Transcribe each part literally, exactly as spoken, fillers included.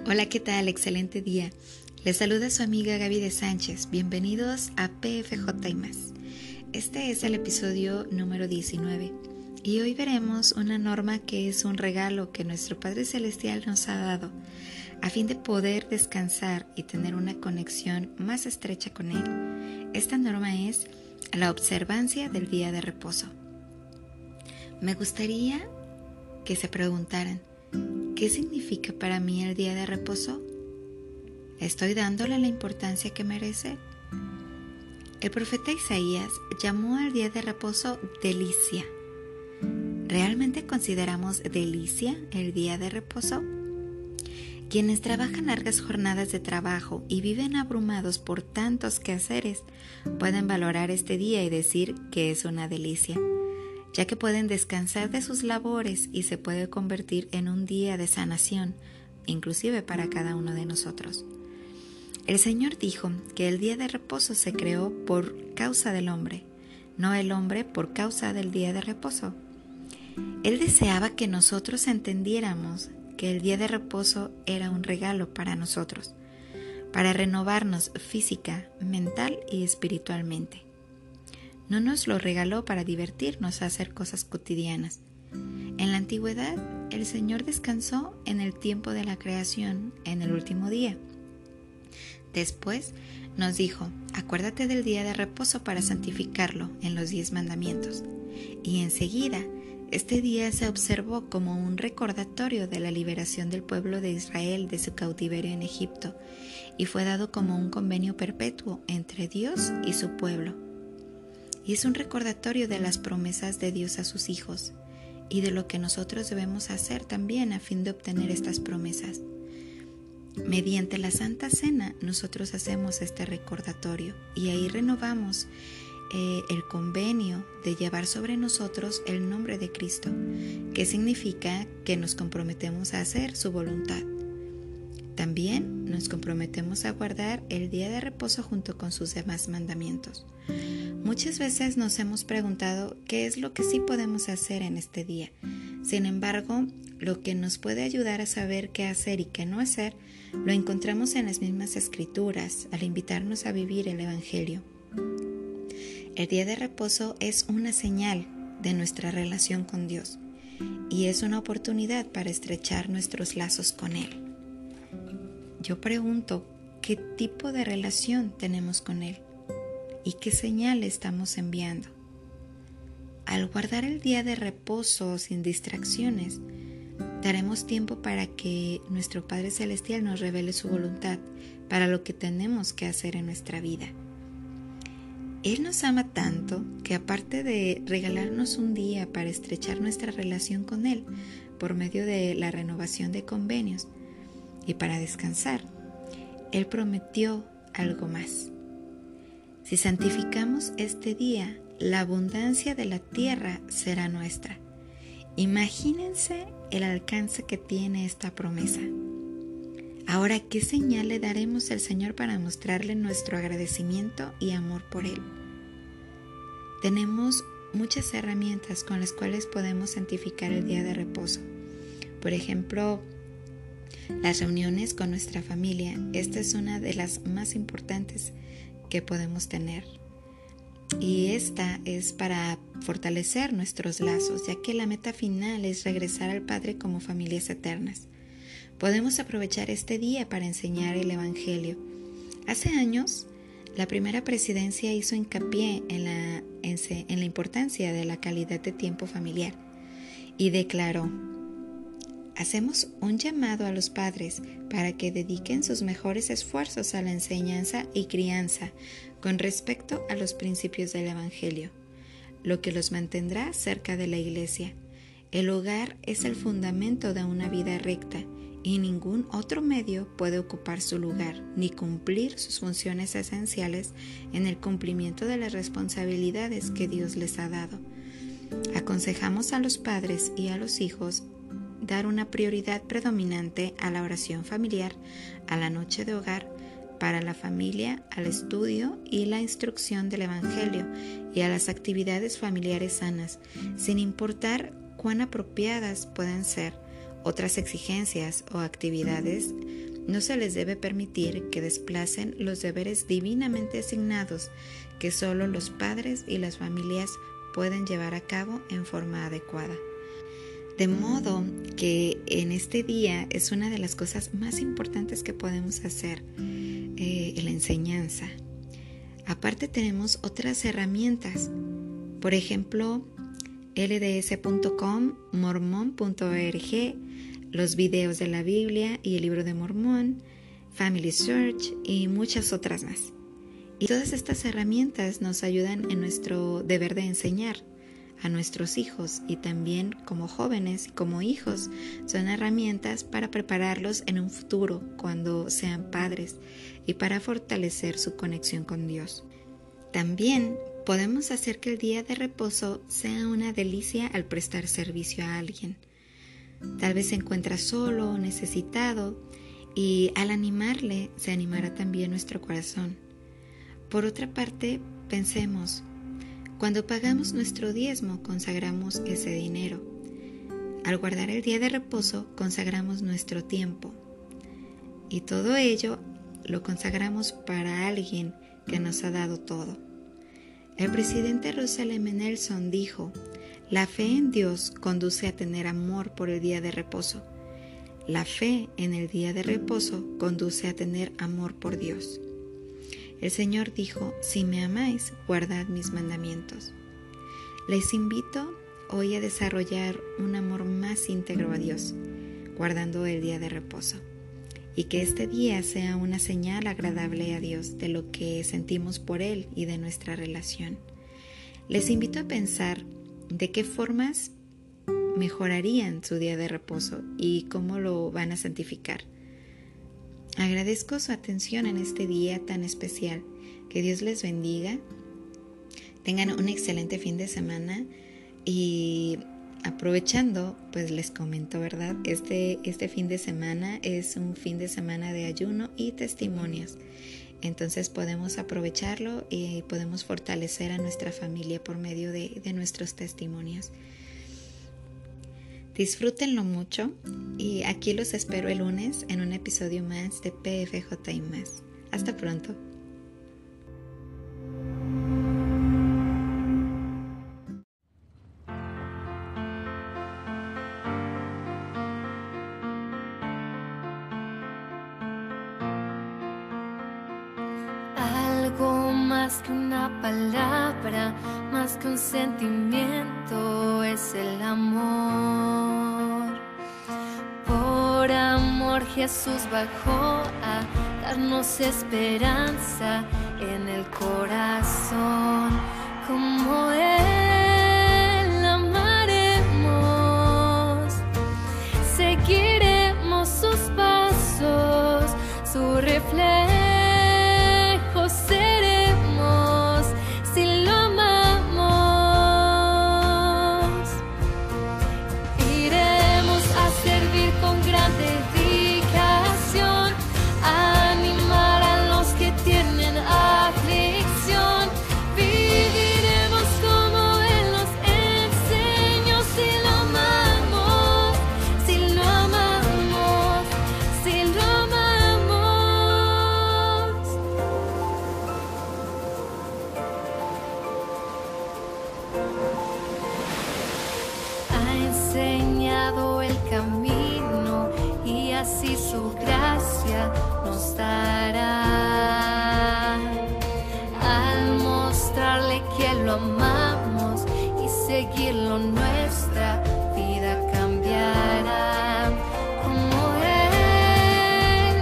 Hola, ¿qué tal? Excelente día. Les saluda su amiga Gaby de Sánchez. Bienvenidos a P F J y más. Este es el episodio número diecinueve y hoy veremos una norma que es un regalo que nuestro Padre Celestial nos ha dado a fin de poder descansar y tener una conexión más estrecha con Él. Esta norma es la observancia del día de reposo. Me gustaría que se preguntaran, ¿qué significa para mí el día de reposo? ¿Estoy dándole la importancia que merece? El profeta Isaías llamó al día de reposo delicia. ¿Realmente consideramos delicia el día de reposo? Quienes trabajan largas jornadas de trabajo y viven abrumados por tantos quehaceres pueden valorar este día y decir que es una delicia, ya que pueden descansar de sus labores y se puede convertir en un día de sanación, inclusive para cada uno de nosotros. El Señor dijo que el día de reposo se creó por causa del hombre, no el hombre por causa del día de reposo. Él deseaba que nosotros entendiéramos que el día de reposo era un regalo para nosotros, para renovarnos física, mental y espiritualmente. No nos lo regaló para divertirnos a hacer cosas cotidianas. En la antigüedad, el Señor descansó en el tiempo de la creación, en el último día. Después nos dijo, acuérdate del día de reposo para santificarlo en los diez mandamientos. Y enseguida, este día se observó como un recordatorio de la liberación del pueblo de Israel de su cautiverio en Egipto, y fue dado como un convenio perpetuo entre Dios y su pueblo. Y es un recordatorio de las promesas de Dios a sus hijos y de lo que nosotros debemos hacer también a fin de obtener estas promesas. Mediante la Santa Cena nosotros hacemos este recordatorio y ahí renovamos eh, el convenio de llevar sobre nosotros el nombre de Cristo, que significa que nos comprometemos a hacer su voluntad. También nos comprometemos a guardar el día de reposo junto con sus demás mandamientos. Muchas veces nos hemos preguntado qué es lo que sí podemos hacer en este día. Sin embargo, lo que nos puede ayudar a saber qué hacer y qué no hacer, lo encontramos en las mismas escrituras al invitarnos a vivir el Evangelio. El día de reposo es una señal de nuestra relación con Dios y es una oportunidad para estrechar nuestros lazos con Él. Yo pregunto, ¿qué tipo de relación tenemos con Él? ¿Y qué señal estamos enviando? Al guardar el día de reposo sin distracciones, daremos tiempo para que nuestro Padre Celestial nos revele su voluntad para lo que tenemos que hacer en nuestra vida. Él nos ama tanto que aparte de regalarnos un día para estrechar nuestra relación con Él por medio de la renovación de convenios y para descansar, Él prometió algo más. Si santificamos este día, la abundancia de la tierra será nuestra. Imagínense el alcance que tiene esta promesa. Ahora, ¿qué señal le daremos al Señor para mostrarle nuestro agradecimiento y amor por Él? Tenemos muchas herramientas con las cuales podemos santificar el día de reposo. Por ejemplo, las reuniones con nuestra familia. Esta es una de las más importantes que podemos tener. Y esta es para fortalecer nuestros lazos, ya que la meta final es regresar al Padre como familias eternas. Podemos aprovechar este día para enseñar el Evangelio. Hace años, la primera presidencia hizo hincapié en la, en, en la importancia de la calidad de tiempo familiar y declaró: hacemos un llamado a los padres para que dediquen sus mejores esfuerzos a la enseñanza y crianza con respecto a los principios del Evangelio, lo que los mantendrá cerca de la iglesia. El hogar es el fundamento de una vida recta y ningún otro medio puede ocupar su lugar ni cumplir sus funciones esenciales en el cumplimiento de las responsabilidades que Dios les ha dado. Aconsejamos a los padres y a los hijos dar una prioridad predominante a la oración familiar, a la noche de hogar, para la familia, al estudio y la instrucción del Evangelio y a las actividades familiares sanas, sin importar cuán apropiadas puedan ser otras exigencias o actividades no se les debe permitir que desplacen los deberes divinamente asignados que solo los padres y las familias pueden llevar a cabo en forma adecuada. De modo que en este día es una de las cosas más importantes que podemos hacer, eh, la enseñanza. Aparte tenemos otras herramientas, por ejemplo, L D S punto com, mormón punto org, los videos de la Biblia y el libro de Mormón, Family Search y muchas otras más. Y todas estas herramientas nos ayudan en nuestro deber de enseñar a nuestros hijos, y también como jóvenes y como hijos son herramientas para prepararlos en un futuro cuando sean padres y para fortalecer su conexión con Dios. También podemos hacer que el día de reposo sea una delicia al prestar servicio a alguien. Tal vez se encuentra solo o necesitado, y al animarle se animará también nuestro corazón. Por otra parte, pensemos, cuando pagamos nuestro diezmo, consagramos ese dinero. Al guardar el día de reposo, consagramos nuestro tiempo. Y todo ello lo consagramos para alguien que nos ha dado todo. El presidente Russell M. Nelson dijo: la fe en Dios conduce a tener amor por el día de reposo. La fe en el día de reposo conduce a tener amor por Dios. El Señor dijo: si me amáis, guardad mis mandamientos. Les invito hoy a desarrollar un amor más íntegro a Dios, guardando el día de reposo, y que este día sea una señal agradable a Dios de lo que sentimos por Él y de nuestra relación. Les invito a pensar de qué formas mejorarían su día de reposo y cómo lo van a santificar. Agradezco su atención en este día tan especial. Que Dios les bendiga. Tengan un excelente fin de semana, y aprovechando, pues les comento, ¿verdad? Este, este fin de semana es un fin de semana de ayuno y testimonios. Entonces podemos aprovecharlo y podemos fortalecer a nuestra familia por medio de, de nuestros testimonios. Disfrútenlo mucho, y aquí los espero el lunes en un episodio más de P F J y más. Hasta pronto. Algo más que una palabra, más que un sentimiento, es el amor. Por amor Jesús bajó a darnos esperanza en el corazón. Como Él amaremos, seguiremos sus pasos, su reflejo seremos si lo amamos. Iremos a servir con gran dedicación, a animar a los que tienen aflicción. Viviremos como Él nos enseñó, si lo amamos, si lo amamos, si lo amamos. Ha enseñado el camino, y así su gracia nos dará. Al mostrarle que lo amamos y seguirlo, nuestra vida cambiará. Como Él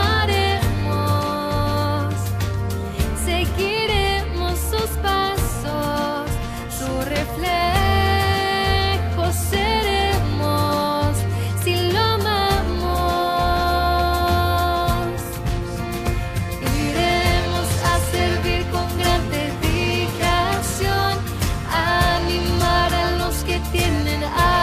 amaremos, seguiremos sus pasos, su reflejo seremos si lo amamos. Iremos a servir con gran dedicación, a animar a los que tienen a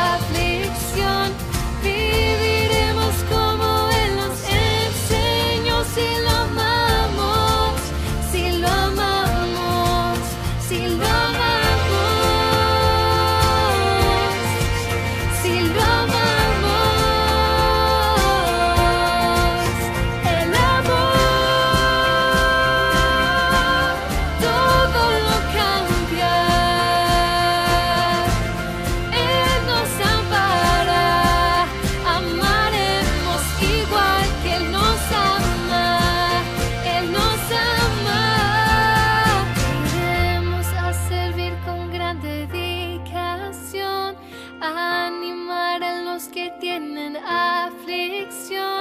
animar a los que tienen aflicción.